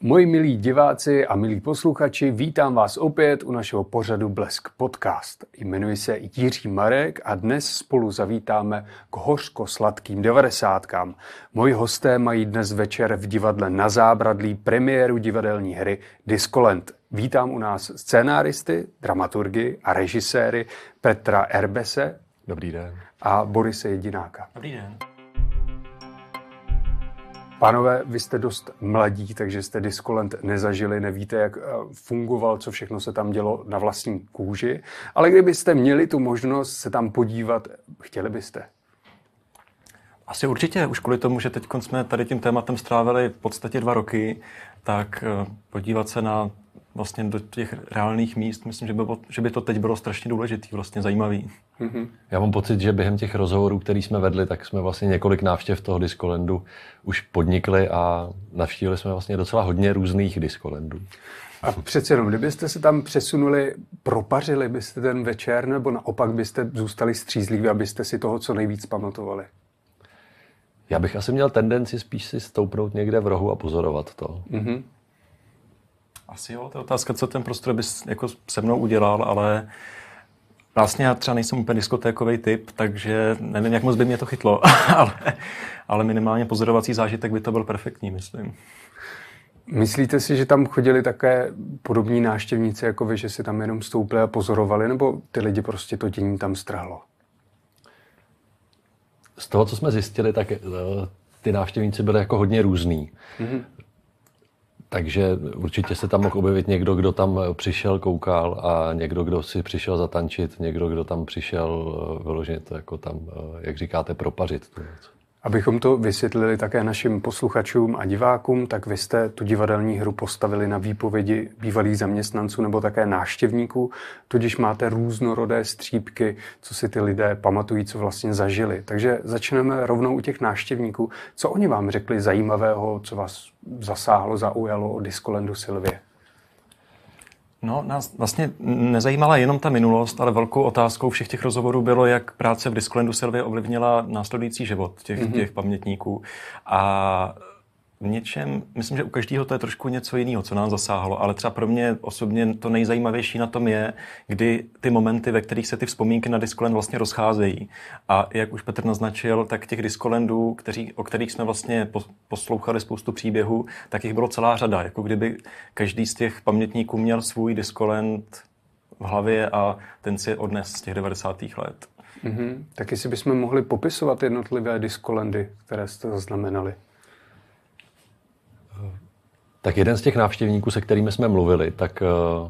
Moji milí diváci a milí posluchači, vítám vás opět u našeho pořadu Blesk Podcast. Jmenuji se Jiří Marek a dnes spolu zavítáme k hořko-sladkým 90kám. Moji hosté mají dnes večer v divadle Na Zábradlí premiéru divadelní hry Discoland. Vítám u nás scénáristy, dramaturgy a režiséry Petra Erbese. Dobrý den. A Borise Jedináka. Dobrý den. Pánové, vy jste dost mladí, takže jste Discoland nezažili, nevíte, jak fungoval, co všechno se tam dělo na vlastní kůži, ale kdybyste měli tu možnost se tam podívat, chtěli byste? Asi určitě, už kvůli tomu, že teď jsme tady tím tématem strávili v podstatě 2 roky, tak podívat se na vlastně do těch reálných míst, myslím, že by to teď bylo strašně důležitý, vlastně zajímavý. Mm-hmm. Já mám pocit, že během těch rozhovorů, který jsme vedli, tak jsme vlastně několik návštěv toho Discolandu už podnikli a navštívili jsme vlastně docela hodně různých Discolandů. A přece jenom, kdybyste se tam přesunuli, propařili byste ten večer, nebo naopak byste zůstali střízliví, abyste si toho co nejvíc pamatovali? Já bych asi měl tendenci spíš si stoupnout někde v rohu a pozorovat to. Mm-hmm. Asi jo, to je otázka, co ten prostor bys jako se mnou udělal, ale vlastně já třeba nejsem úplně diskotékový typ, takže nevím, jak moc by mě to chytlo, ale minimálně pozorovací zážitek by to byl perfektní, myslím. Myslíte si, že tam chodili také podobní návštěvníci jako vy, že si tam jenom stoupli a pozorovali, nebo ty lidi prostě to dění tam strhlo? Z toho, co jsme zjistili, tak ty návštěvníci byli jako hodně různý. Mm-hmm. Takže určitě se tam mohl objevit někdo, kdo tam přišel, koukal a někdo, kdo si přišel zatančit, někdo, kdo tam přišel vyložit, jako tam, jak říkáte, propařit tu věc. Abychom to vysvětlili také našim posluchačům a divákům, tak vy jste tu divadelní hru postavili na výpovědi bývalých zaměstnanců nebo také návštěvníků, tudíž máte různorodé střípky, co si ty lidé pamatují, co vlastně zažili. Takže začneme rovnou u těch návštěvníků. Co oni vám řekli zajímavého, co vás zasáhlo, zaujalo o Discolandu Sylvie? No, nás vlastně nezajímala jenom ta minulost, ale velkou otázkou všech těch rozhovorů bylo, jak práce v Discolandu Sylvie ovlivnila následující život těch pamětníků. A v něčem, myslím, že u každého to je trošku něco jiného, co nás zasáhlo, ale třeba pro mě osobně to nejzajímavější na tom je, kdy ty momenty, ve kterých se ty vzpomínky na Discoland vlastně rozcházejí. A jak už Petr naznačil, tak těch Discolandů, o kterých jsme vlastně poslouchali spoustu příběhů, tak jich bylo celá řada. Jako kdyby každý z těch pamětníků měl svůj Discoland v hlavě a ten si odnes z těch 90. let. Mm-hmm. Tak jestli bychom mohli popisovat jednotlivé Discolandy, které jste zaznamenali. Tak jeden z těch návštěvníků, se kterými jsme mluvili, tak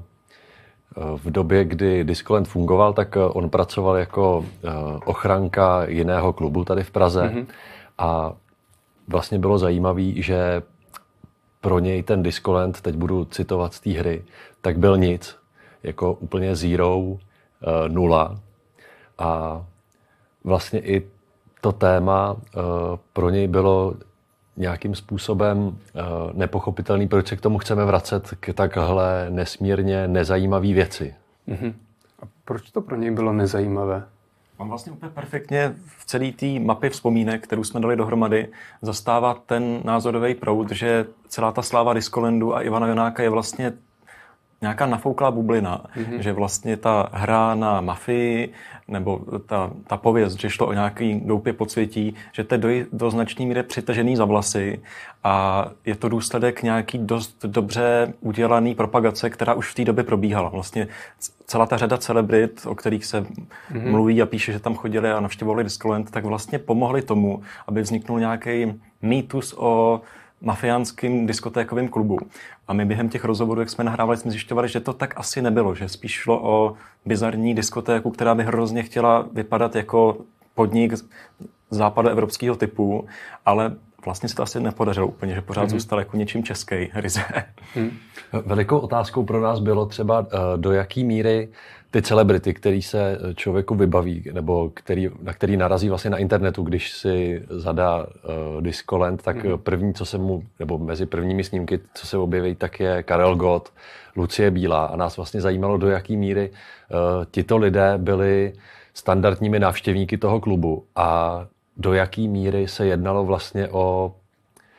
v době, kdy Discoland fungoval, tak on pracoval jako ochranka jiného klubu tady v Praze. Mm-hmm. A vlastně bylo zajímavé, že pro něj ten Discoland, teď budu citovat z té hry, tak byl nic, jako úplně zero, nula. A vlastně i to téma pro něj bylo nějakým způsobem nepochopitelný, proč se k tomu chceme vracet k takhle nesmírně nezajímavé věci. Mm-hmm. A proč to pro něj bylo nezajímavé? On vlastně úplně perfektně v celé té mapě vzpomínek, kterou jsme dali dohromady, zastává ten názorový proud, že celá ta sláva Discolandu a Ivana Jonáka je vlastně nějaká nafouklá bublina, že vlastně ta hra na mafii nebo ta pověst, že šlo o nějaký doupě podsvětí, že to je do značné míry přitažený za vlasy a je to důsledek nějaký dost dobře udělaný propagace, která už v té době probíhala. Vlastně celá ta řada celebrit, o kterých se mluví a píše, že tam chodili a navštěvovali Discoland, tak vlastně pomohli tomu, aby vzniknul nějaký mýtus o mafiánským diskotékovým klubu. A my během těch rozhovorů, jak jsme nahrávali, jsme zjišťovali, že to tak asi nebylo, že spíš šlo o bizarní diskotéku, která by hrozně chtěla vypadat jako podnik západoevropského typu, ale vlastně se to asi nepodařilo úplně, že pořád zůstal jako něčím český ryze. Velikou otázkou pro nás bylo třeba, do jaký míry ty celebrity, který se člověku vybaví, nebo na který narazí vlastně na internetu, když si zadá Discoland, tak první, co se mu, nebo mezi prvními snímky, co se objeví, tak je Karel Gott, Lucie Bílá. A nás vlastně zajímalo, do jaký míry tito lidé byli standardními návštěvníky toho klubu a do jaký míry se jednalo vlastně o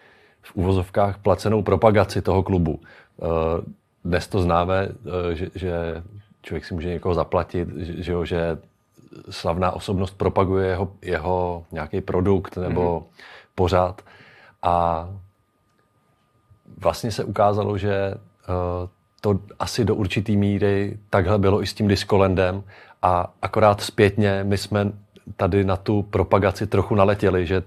v uvozovkách placenou propagaci toho klubu. Dnes to známe, že člověk si může někoho zaplatit, že slavná osobnost propaguje jeho nějaký produkt nebo pořad. A vlastně se ukázalo, že to asi do určitý míry takhle bylo i s tím Discolendem a akorát zpětně my jsme tady na tu propagaci trochu naletěli, že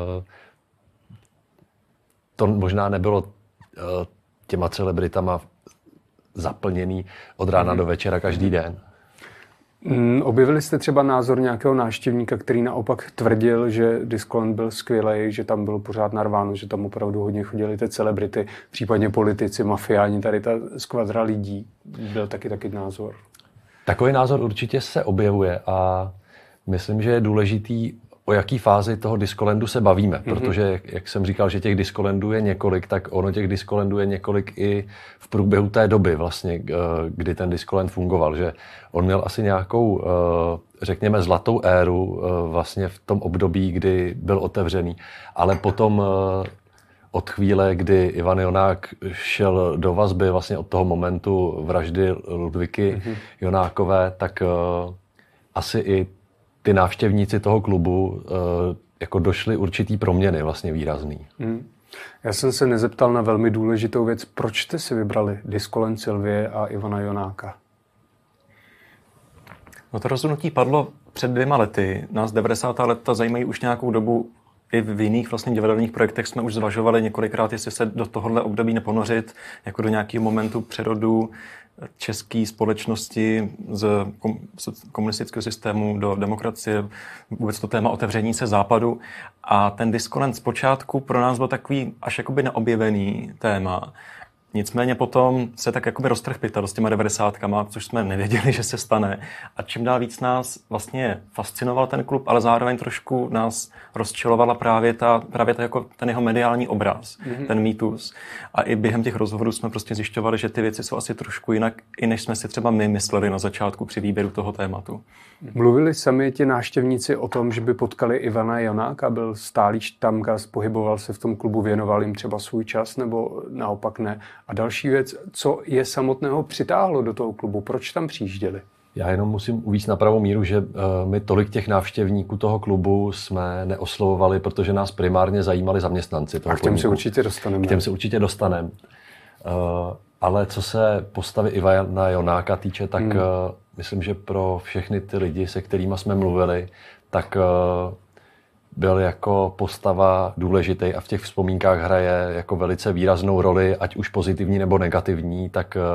to možná nebylo těma celebritama zaplněný od rána do večera každý den. Objevili jste třeba názor nějakého návštěvníka, který naopak tvrdil, že Discolend byl skvělej, že tam bylo pořád narváno, že tam opravdu hodně chodili ty celebrity, případně politici, mafiáni, tady ta skvadra lidí. Byl taky názor. Takový názor určitě se objevuje a myslím, že je důležitý, o jaký fázi toho Discolendu se bavíme, protože, jak jsem říkal, že těch Discolendů je několik, tak ono těch Discolendů je několik i v průběhu té doby vlastně, kdy ten Discolend fungoval, že on měl asi nějakou, řekněme, zlatou éru vlastně v tom období, kdy byl otevřený, ale potom od chvíle, kdy Ivan Jonák šel do vazby vlastně od toho momentu vraždy Ludviky Jonákové, tak asi i ty návštěvníci toho klubu jako došly určitý proměny vlastně výrazný. Já jsem se nezeptal na velmi důležitou věc. Proč jste si vybrali Discolend Sylvie a Ivana Jonáka? No to rozhodnutí padlo před 2 lety. Nás 90. leta zajímají už nějakou dobu. I v jiných vlastně divadelních projektech jsme už zvažovali několikrát, jestli se do tohohle období neponořit, jako do nějakého momentu přerodu české společnosti z komunistického systému do demokracie, vůbec to téma otevření se západu. A ten Discolend zpočátku pro nás byl takový až jakoby neobjevený téma. Nicméně potom se tak jakoby roztrhl pytel s těma 90kama, což jsme nevěděli, že se stane. A čím dál víc nás vlastně fascinoval ten klub, ale zároveň trošku nás rozčilovala právě ta jako ten jeho mediální obraz, ten mýtus. A i během těch rozhovorů jsme prostě zjišťovali, že ty věci jsou asi trošku jinak, i než jsme si třeba my mysleli na začátku při výběru toho tématu. Mluvili sami ti návštěvníci o tom, že by potkali Ivana Jonáka, byl stálý štamgast, pohyboval se v tom klubu, věnoval jim třeba svůj čas, nebo naopak ne? A další věc, co je samotného přitáhlo do toho klubu? Proč tam přijížděli? Já jenom musím uvést na pravou míru, že my tolik těch návštěvníků toho klubu jsme neoslovovali, protože nás primárně zajímali zaměstnanci toho podniku. A k těm se určitě dostaneme. K těm se určitě dostaneme. Ale co se postavy Ivana Jonáka týče, tak myslím, že pro všechny ty lidi, se kterými jsme mluvili, tak byl jako postava důležitý a v těch vzpomínkách hraje jako velice výraznou roli, ať už pozitivní nebo negativní,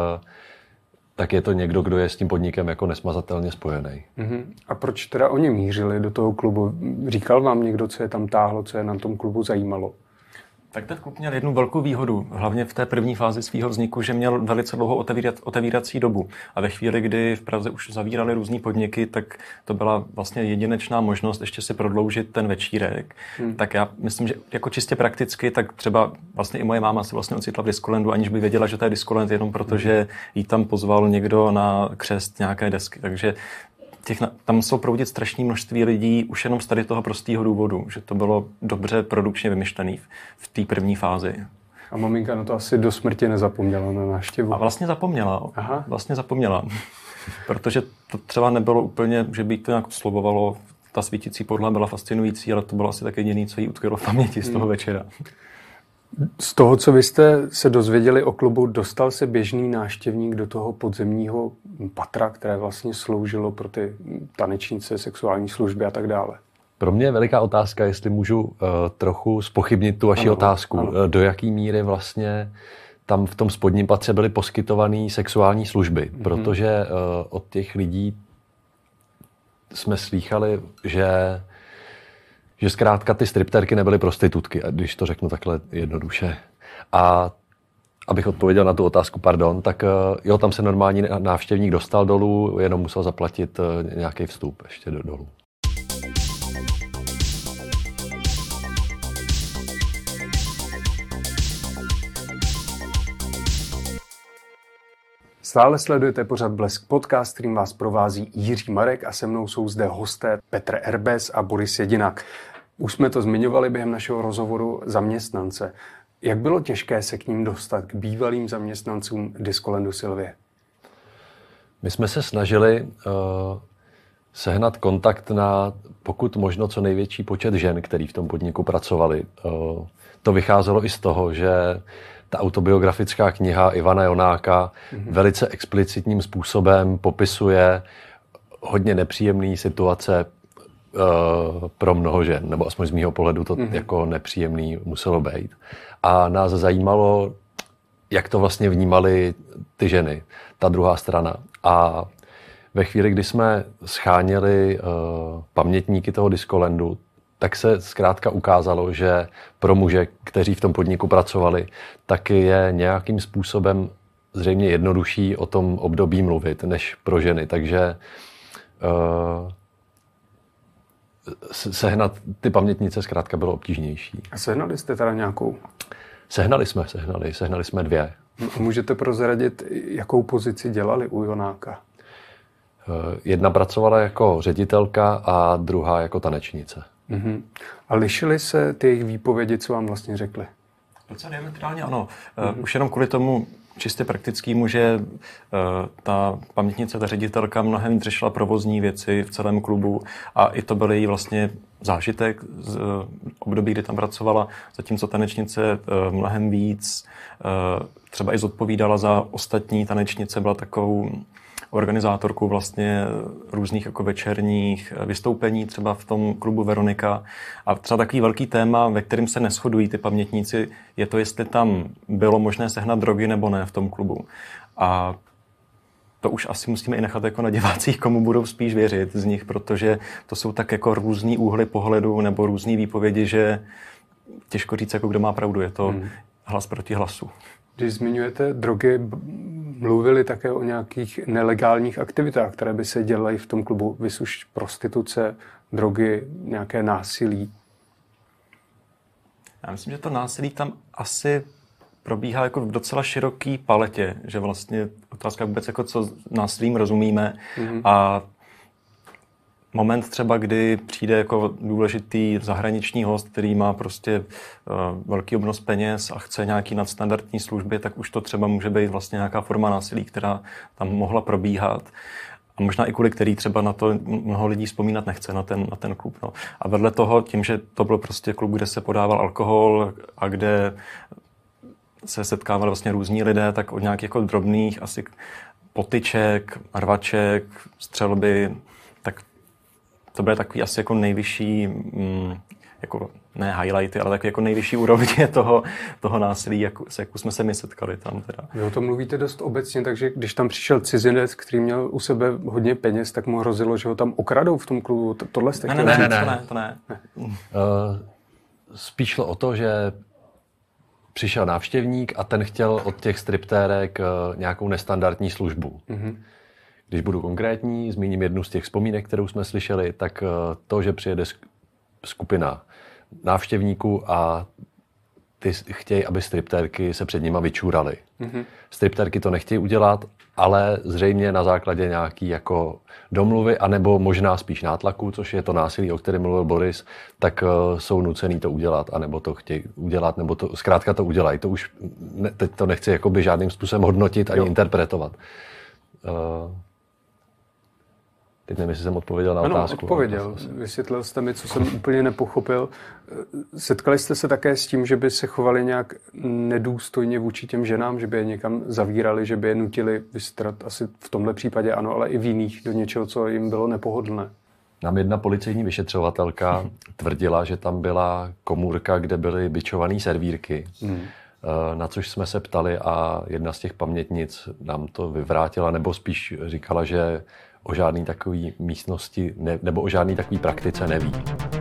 tak je to někdo, kdo je s tím podnikem jako nesmazatelně spojený. A proč teda oni mířili do toho klubu? Říkal vám někdo, co je tam táhlo, co je na tom klubu zajímalo? Tak ten klub měl jednu velkou výhodu, hlavně v té první fázi svého vzniku, že měl velice dlouhou otevírací dobu. A ve chvíli, kdy v Praze už zavírali různý podniky, tak to byla vlastně jedinečná možnost ještě si prodloužit ten večírek. Tak já myslím, že jako čistě prakticky, tak třeba vlastně i moje máma se vlastně ocitla v Discolendu, aniž by věděla, že to je Discolend, jenom protože jí tam pozval někdo na křest nějaké desky. Takže tam jsou proudit strašné množství lidí už jenom z tady toho prostého důvodu, že to bylo dobře produkčně vymyšlené v té první fázi. A maminka na to asi do smrti nezapomněla na návštěvu. A vlastně zapomněla. Vlastně zapomněla. Protože to třeba nebylo úplně, že by to nějak oslovovalo. Ta svítící podlaha byla fascinující, ale to bylo asi tak jediné, co jí utkvělo v paměti z toho večera. Z toho, co vy jste se dozvěděli o klubu, dostal se běžný návštěvník do toho podzemního patra, které vlastně sloužilo pro ty tanečnice, sexuální služby a tak dále? Pro mě je veliká otázka, jestli můžu trochu zpochybnit tu vaši otázku. Ano. Do jaký míry vlastně tam v tom spodním patře byly poskytované sexuální služby, protože od těch lidí jsme slýchali, že zkrátka ty stripterky nebyly prostitutky, když to řeknu takhle jednoduše. A abych odpověděl na tu otázku, tak jo, tam se normální návštěvník dostal dolů, jenom musel zaplatit nějaký vstup ještě dolů. Stále sledujete pořad Blesk podcast, kterým vás provází Jiří Marek a se mnou jsou zde hosté Petr Erbes a Boris Jedinak. Už jsme to zmiňovali během našeho rozhovoru zaměstnance. Jak bylo těžké se k ním dostat, k bývalým zaměstnancům Diskolandu Sylvie? My jsme se snažili sehnat kontakt na pokud možno co největší počet žen, který v tom podniku pracovali. To vycházelo i z toho, že ta autobiografická kniha Ivana Jonáka velice explicitním způsobem popisuje hodně nepříjemné situace pro mnoho žen, nebo aspoň z mýho pohledu to jako nepříjemný muselo být. A nás zajímalo, jak to vlastně vnímali ty ženy, ta druhá strana. A ve chvíli, kdy jsme scháněli pamětníky toho Diskolandu, tak se zkrátka ukázalo, že pro muže, kteří v tom podniku pracovali, taky je nějakým způsobem zřejmě jednodušší o tom období mluvit, než pro ženy. Takže sehnat ty pamětnice zkrátka bylo obtížnější. A sehnali jste teda nějakou? Sehnali jsme 2. Můžete prozradit, jakou pozici dělali u Jonáka? Jedna pracovala jako ředitelka a druhá jako tanečnice. A lišily se ty jejich výpovědi, co vám vlastně řekli? Docela diametrálně ano. Už jenom kvůli tomu čistě praktickému, že ta pamětnice, ta ředitelka mnohem víc řešila provozní věci v celém klubu a i to byl její vlastně zážitek z období, kdy tam pracovala, zatímco tanečnice mnohem víc třeba i zodpovídala za ostatní tanečnice, byla takovou organizátorkou vlastně různých jako večerních vystoupení třeba v tom klubu Veronika. A třeba takový velký téma, ve kterém se neshodují ty pamětníci, je to, jestli tam bylo možné sehnat drogy nebo ne v tom klubu. A to už asi musíme i nechat jako na divácích, komu budou spíš věřit z nich, protože to jsou tak jako různý úhly pohledu nebo různý výpovědi, že těžko říct, jako kdo má pravdu. Je to hlas proti hlasu. Když zmiňujete drogy, mluvili také o nějakých nelegálních aktivitách, které by se dělaly v tom klubu, vysuš prostituce, drogy, nějaké násilí. Já myslím, že to násilí tam asi probíhá jako v docela široký paletě, že vlastně otázka vůbec jako co násilím rozumíme a moment třeba, kdy přijde jako důležitý zahraniční host, který má prostě velký obnos peněz a chce nějaký nadstandardní služby, tak už to třeba může být vlastně nějaká forma násilí, která tam mohla probíhat. A možná i kvůli který třeba na to mnoho lidí vzpomínat nechce, na ten klub. No. A vedle toho, tím, že to byl prostě klub, kde se podával alkohol a kde se setkávali vlastně různí lidé, tak od nějakých jako drobných asi potyček, rvaček, střelby, tak to byly takový asi jako nejvyšší, jako ne highlighty, ale takový jako nejvyšší úrovně toho násilí, s jakou jsme se my setkali tam teda. Vy o tom mluvíte dost obecně, takže když tam přišel cizinec, který měl u sebe hodně peněz, tak mu hrozilo, že ho tam okradou v tom klubu. Tohle jste chtěli říct? To ne. Spíš šlo o to, že přišel návštěvník a ten chtěl od těch striptérek nějakou nestandardní službu. Když budu konkrétní, zmíním jednu z těch vzpomínek, kterou jsme slyšeli, tak to, že přijede skupina návštěvníků a ty chtějí, aby striptérky se před nima vyčúraly. Striptérky to nechtějí udělat, ale zřejmě na základě nějaký jako domluvy, anebo možná spíš nátlaku, což je to násilí, o kterém mluvil Boris, tak jsou nucený to udělat, anebo to chtějí udělat, nebo to zkrátka to udělají. To už teď to nechci jakoby žádným způsobem hodnotit ani interpretovat. Teď nevím, jestli jsem odpověděl na otázku. Ano, odpověděl. Vysvětlil jste mi, co jsem úplně nepochopil. Setkali jste se také s tím, že by se chovali nějak nedůstojně vůči těm ženám, že by je někam zavírali, že by je nutili vystrat, asi v tomhle případě ano, ale i v jiných, do něčeho, co jim bylo nepohodlné? Nám jedna policejní vyšetřovatelka tvrdila, že tam byla komůrka, kde byly bičované servírky. Na což jsme se ptali a jedna z těch pamětnic nám to vyvrátila, nebo spíš říkala, že o žádný takový místnosti nebo o žádný takový praktice neví.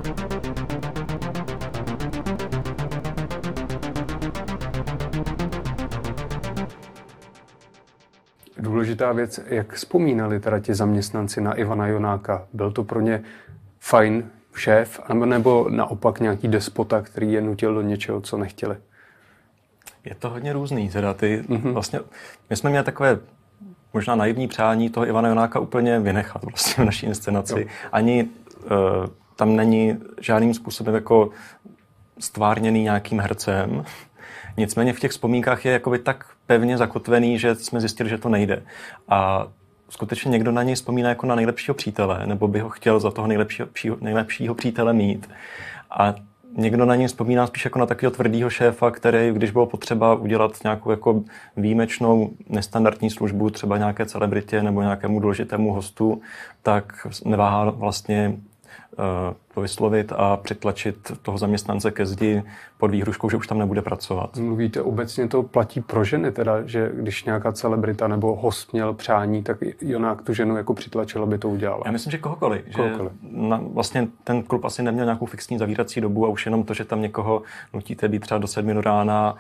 Důležitá věc, jak vzpomínali teda ti zaměstnanci na Ivana Jonáka? Byl to pro ně fajn šéf, nebo naopak nějaký despota, který je nutil do něčeho, co nechtěli? Je to hodně různý. Teda vlastně, my jsme měli takové možná naivní přání toho Ivana Jonáka úplně vynechat vlastně v naší inscenaci. Ani tam není žádným způsobem jako stvárněný nějakým hercem. Nicméně v těch vzpomínkách je jakoby tak pevně zakotvený, že jsme zjistili, že to nejde. A skutečně někdo na něj vzpomíná jako na nejlepšího přítele, nebo by ho chtěl za toho nejlepšího přítele mít. A někdo na něj vzpomíná spíš jako na takového tvrdého šéfa, který, když bylo potřeba udělat nějakou jako výjimečnou, nestandardní službu, třeba nějaké celebritě nebo nějakému důležitému hostu, tak neváhá vlastně to vyslovit a přitlačit toho zaměstnance ke zdi pod výhruškou, že už tam nebude pracovat. Mluvíte obecně, to platí pro ženy, teda, že když nějaká celebrita nebo host měl přání, tak Jonák tu ženu jako přitlačil, aby to udělala. Já myslím, že kohokoliv. Že vlastně ten klub asi neměl nějakou fixní zavírací dobu a už jenom to, že tam někoho nutíte být třeba do 7 do rána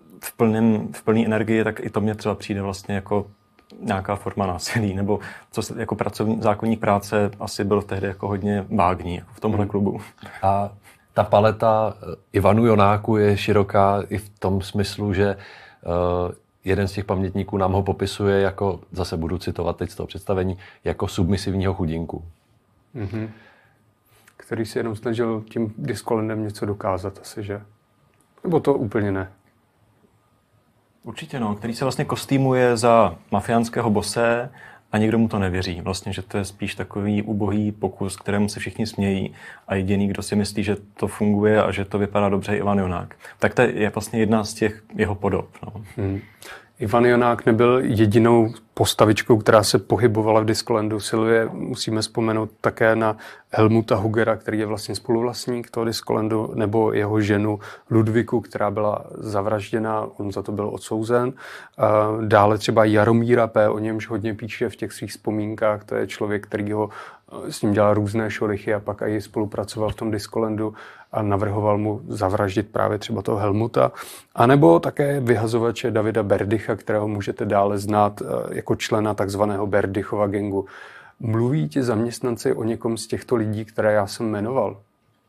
v plné energii, tak i to mě třeba přijde vlastně jako nějaká forma násilí, nebo co se jako zákoník práce asi byl tehdy jako hodně vágní jako v tomhle klubu. A ta paleta Ivanu Jonáku je široká i v tom smyslu, že jeden z těch pamětníků nám ho popisuje jako, zase budu citovat teď z toho představení, jako submisivního chudinku. Mm-hmm. Který si jenom snažil tím diskolendem něco dokázat asi, že? Nebo to úplně ne? Určitě no, který se vlastně kostýmuje za mafiánského bose a nikdo mu to nevěří. Vlastně, že to je spíš takový ubohý pokus, kterému se všichni smějí a jediný, kdo si myslí, že to funguje a že to vypadá dobře, je Ivan Jonák. Tak to je vlastně jedna z těch jeho podob. No. Ivan Jonák nebyl jedinou postavičkou, která se pohybovala v Diskolandu. Silvie, musíme vzpomenout také na Helmuta Hugera, který je vlastně spoluvlastník toho Diskolandu, nebo jeho ženu Ludviku, která byla zavražděna, on za to byl odsouzen. Dále třeba Jaromíra P., o němž hodně píše v těch svých vzpomínkách, to je člověk, který ho s ním dělal různé šolichy a pak i spolupracoval v tom Diskolandu a navrhoval mu zavraždit právě třeba toho Helmuta. A nebo také vyhazovače Davida Berdycha, kterého můžete dále znát jako člena takzvaného Berdychova gangu. Mluví ti zaměstnanci o někom z těchto lidí, které já jsem jmenoval?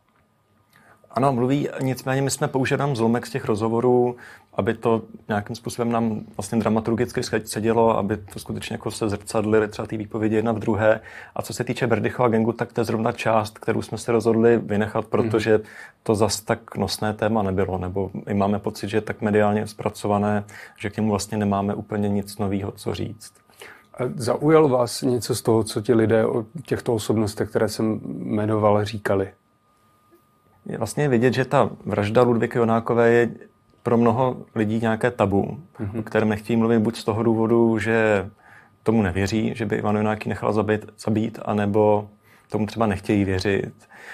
Ano, mluví, nicméně my jsme použili nám zlomek z těch rozhovorů, aby to nějakým způsobem nám vlastně dramaturgicky sedělo, aby to skutečně jako se zrcadlily třeba ty výpovědi jedna v druhé. A co se týče Berdychova gangu, tak to je zrovna část, kterou jsme se rozhodli vynechat, protože to zas tak nosné téma nebylo, nebo i máme pocit, že je tak mediálně zpracované, že k němu vlastně nemáme úplně nic nového, co říct. Zaujalo vás něco z toho, co ti lidé o těchto osobnostech, které jsem jmenoval, říkali? Je vlastně vidět, že ta vražda Ludviky Jonákové je pro mnoho lidí nějaké tabu, o kterém nechtějí mluvit buď z toho důvodu, že tomu nevěří, že by Ivan Jonáky nechal zabít, anebo tomu třeba nechtějí věřit.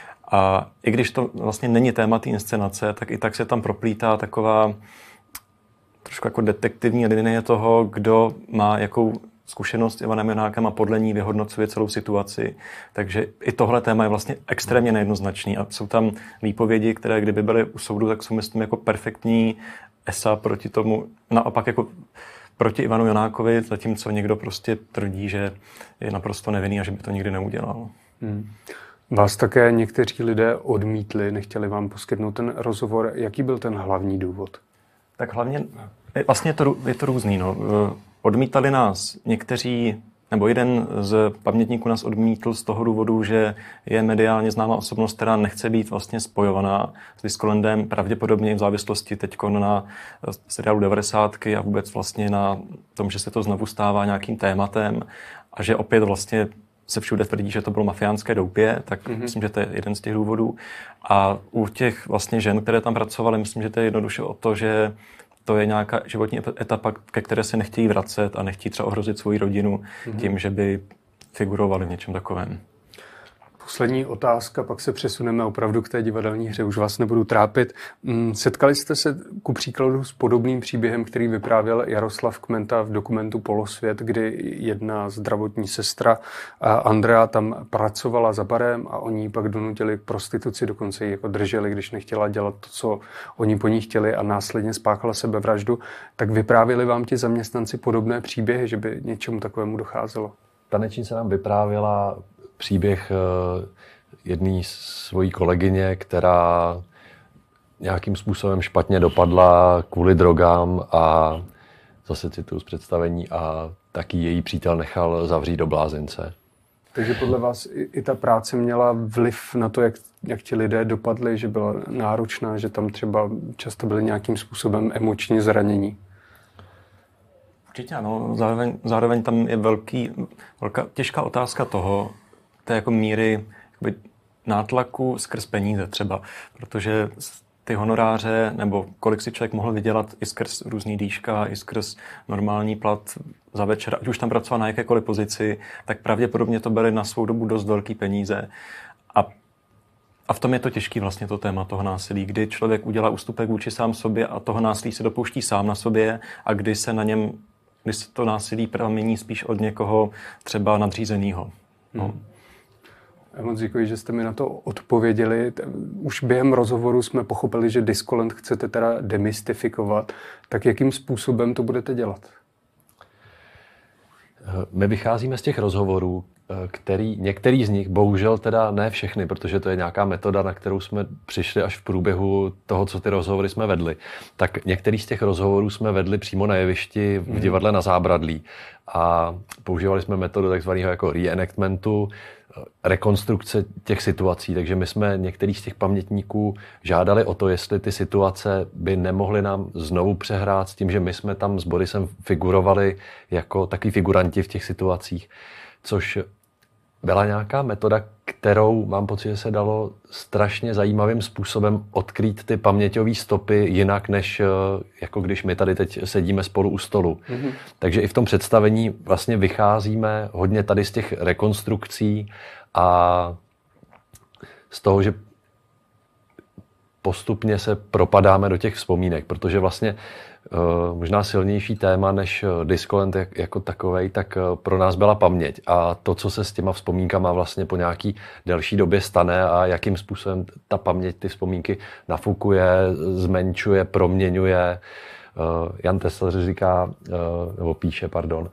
A i když to vlastně není téma té inscenace, tak i tak se tam proplítá taková trošku jako detektivní linie toho, kdo má jakou zkušenost s Ivanem Jonákem a podle ní vyhodnocuje celou situaci. Takže i tohle téma je vlastně extrémně nejednoznačný a jsou tam výpovědi, které kdyby byly u soudu, tak jsou myslím jako perfektní esa proti tomu, naopak jako proti Ivanu Jonákovi, zatímco někdo prostě tvrdí, že je naprosto nevinný a že by to nikdy neudělal. Vás také někteří lidé odmítli, nechtěli vám poskytnout ten rozhovor. Jaký byl ten hlavní důvod? Tak hlavně, vlastně je to různý. No. Odmítali nás někteří, nebo jeden z pamětníků nás odmítl z toho důvodu, že je mediálně známá osobnost, která nechce být vlastně spojovaná s Diskolandem, pravděpodobně v závislosti teď na seriálu 90 a vůbec vlastně na tom, že se to znovu stává nějakým tématem a že opět vlastně se všude tvrdí, že to bylo mafiánské doupě, tak myslím, že to je jeden z těch důvodů. A u těch vlastně žen, které tam pracovaly, myslím, že to je jednoduše o to, že to je nějaká životní etapa, ke které se nechtějí vracet a nechtějí třeba ohrozit svoji rodinu tím, že by figurovali v něčem takovém. Poslední otázka, pak se přesuneme opravdu k té divadelní hře, už vás nebudu trápit. Setkali jste se ku příkladu s podobným příběhem, který vyprávěl Jaroslav Kmenta v dokumentu Polosvět, kdy jedna zdravotní sestra Andrea tam pracovala za barem a oni ji pak donutili k prostituci, dokonce ji jako drželi, když nechtěla dělat to, co oni po ní chtěli a následně spáchala sebevraždu. Tak vyprávěli vám ti zaměstnanci podobné příběhy, že by něčemu takovému docházelo? Tanečnice nám vyprávěla příběh jedné svojí kolegyně, která nějakým způsobem špatně dopadla kvůli drogám a zase cituju z představení a taky její přítel nechal zavřít do blázince. Takže podle vás i ta práce měla vliv na to, jak ti lidé dopadli, že byla náročná, že tam třeba často byly nějakým způsobem emočně zranění? Určitě ano. Zároveň tam je velká těžká otázka toho, té jako míry nátlaku skrz peníze třeba, protože ty honoráře, nebo kolik si člověk mohl vydělat i skrz různý dýška, i skrz normální plat za večer, ať už tam pracoval na jakékoliv pozici, tak pravděpodobně to byly na svou dobu dost velký peníze. A v tom je to těžký vlastně to téma toho násilí, kdy člověk udělá ústupek vůči sám sobě a toho násilí se dopouští sám na sobě a kdy se to násilí pramení spíš od někoho třeba nadřízenýho. No. Já moc děkuji, že jste mi na to odpověděli. Už během rozhovoru jsme pochopili, že Discolent chcete teda demystifikovat. Tak jakým způsobem to budete dělat? My vycházíme z těch rozhovorů, některý z nich, bohužel teda ne všechny, protože to je nějaká metoda, na kterou jsme přišli až v průběhu toho, co ty rozhovory jsme vedli. Tak některý z těch rozhovorů jsme vedli přímo na jevišti v divadle Na Zábradlí a používali jsme metodu takzvaného jako reenactmentu, rekonstrukce těch situací, takže my jsme některý z těch pamětníků žádali o to, jestli ty situace by nemohly nám znovu přehrát s tím, že my jsme tam s Borisem figurovali jako takový figuranti v těch situacích, což byla nějaká metoda, kterou mám pocit, že se dalo strašně zajímavým způsobem odkrýt ty paměťové stopy jinak, než jako když my tady teď sedíme spolu u stolu. Mm-hmm. Takže i v tom představení vlastně vycházíme hodně tady z těch rekonstrukcí a z toho, že postupně se propadáme do těch vzpomínek, protože vlastně možná silnější téma než Discolent jako takovej, tak pro nás byla paměť a to, co se s těma vzpomínkama vlastně po nějaký delší době stane a jakým způsobem ta paměť ty vzpomínky nafukuje, zmenšuje, proměňuje. Jan Tesler říká, nebo píše,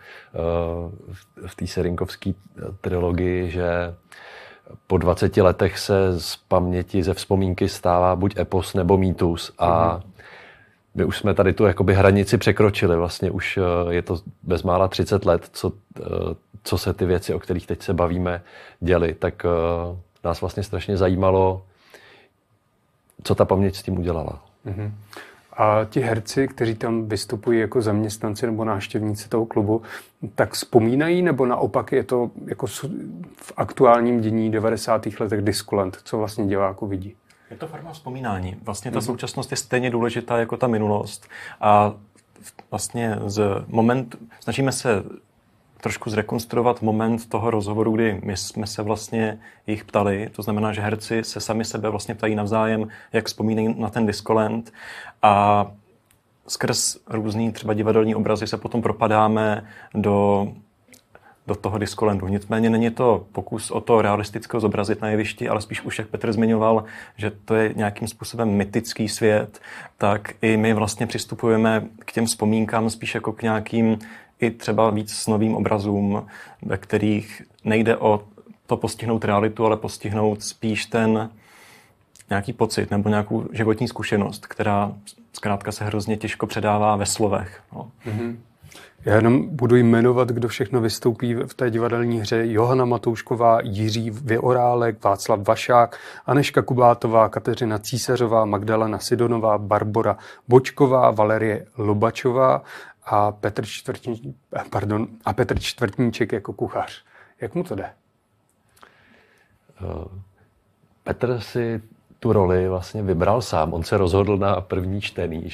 v té Serynkovské trilogii, že po 20 letech se z paměti, ze vzpomínky stává buď epos nebo mýtus a my už jsme tady tu jakoby hranici překročili. Vlastně už je to bezmála 30 let, co se ty věci, o kterých teď se bavíme, děly. Tak nás vlastně strašně zajímalo, co ta paměť s tím udělala. Mm-hmm. A ti herci, kteří tam vystupují jako zaměstnanci nebo návštěvníci toho klubu, tak vzpomínají, nebo naopak je to jako v aktuálním dění 90. letech Discolent, co vlastně diváku vidí? Je to forma vzpomínání. Vlastně ta současnost je stejně důležitá jako ta minulost. A vlastně snažíme se trošku zrekonstruovat moment toho rozhovoru, kdy my jsme se vlastně jich ptali. To znamená, že herci se sami sebe vlastně ptají navzájem, jak vzpomínají na ten Discolent. A skrz různý třeba divadelní obrazy se potom propadáme do toho Discolentu. Nicméně není to pokus o to realistického zobrazit na jevišti, ale spíš už, jak Petr zmiňoval, že to je nějakým způsobem mytický svět, tak i my vlastně přistupujeme k těm vzpomínkám spíš jako k nějakým i třeba víc snovým obrazům, ve kterých nejde o to postihnout realitu, ale postihnout spíš ten nějaký pocit nebo nějakou životní zkušenost, která zkrátka se hrozně těžko předává ve slovech. No. Mm-hmm. Já jenom budu jmenovat, kdo všechno vystoupí v té divadelní hře. Johana Matoušková, Jiří Vyorálek, Václav Vašák, Anežka Kubátová, Kateřina Císařová, Magdalena Sidonová, Barbora Bočková, Valerie Lobačová a Petr Čtvrtníček jako kuchař. Jak mu to jde? Petr si tu roli vlastně vybral sám. On se rozhodl na první čtení,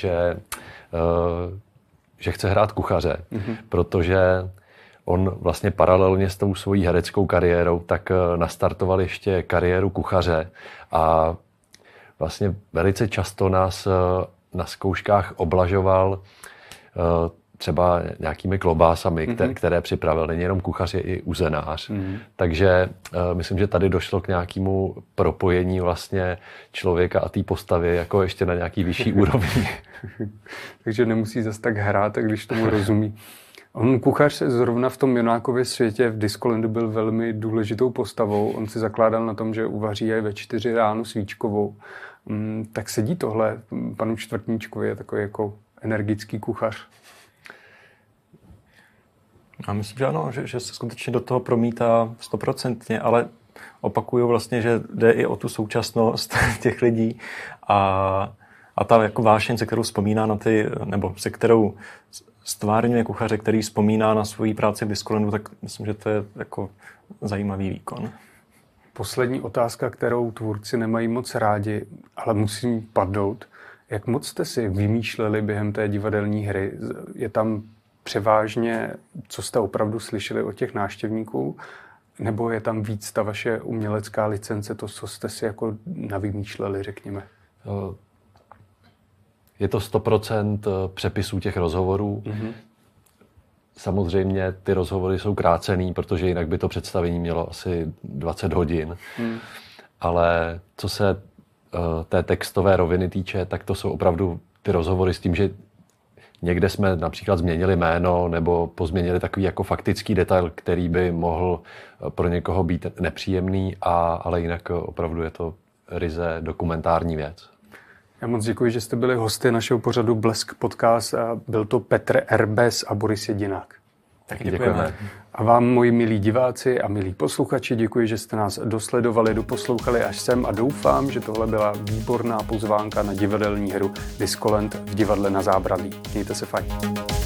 že chce hrát kuchaře, protože on vlastně paralelně s tou svojí hereckou kariérou tak nastartoval ještě kariéru kuchaře a vlastně velice často nás na zkouškách oblažoval třeba nějakými klobásami, které připravil. Není jenom kuchař, je i uzenář. Takže myslím, že tady došlo k nějakému propojení vlastně člověka a té postavy jako ještě na nějaký vyšší úrovni. Takže nemusí zas tak hrát, když tomu rozumí. On kuchař se zrovna v tom Jonákově světě v Discolentu byl velmi důležitou postavou. On si zakládal na tom, že uvaří aj ve 4 ráno svíčkovou. Tak sedí tohle panu Čtvrtníčkovi, je takový jako energický kuchař. Já myslím, že ano, že se skutečně do toho promítá 100%, ale opakuju vlastně, že jde i o tu současnost těch lidí a ta jako vášeň, se kterou vzpomíná na nebo se kterou stvárňuje kuchaře, který vzpomíná na svoji práci v Discolandu, tak myslím, že to je jako zajímavý výkon. Poslední otázka, kterou tvůrci nemají moc rádi, ale musím padnout. Jak moc jste si vymýšleli během té divadelní hry? Je tam převážně, co jste opravdu slyšeli od těch návštěvníků, nebo je tam víc ta vaše umělecká licence, to, co jste si jako navymýšleli, řekněme? Je to 100% přepisů těch rozhovorů. Mm-hmm. Samozřejmě ty rozhovory jsou krácený, protože jinak by to představení mělo asi 20 hodin. Ale co se té textové roviny týče, tak to jsou opravdu ty rozhovory s tím, že někde jsme například změnili jméno nebo pozměnili takový jako faktický detail, který by mohl pro někoho být nepříjemný, ale jinak opravdu je to ryze dokumentární věc. Já moc děkuji, že jste byli hosty našeho pořadu Blesk Podcast. Byl to Petr Erbes a Boris Jedinák. Tak děkujeme. A vám, moji milí diváci a milí posluchači, děkuji, že jste nás dosledovali, doposlouchali až sem a doufám, že tohle byla výborná pozvánka na divadelní hru Discoland v divadle Na Zábradlí. Mějte se fajn.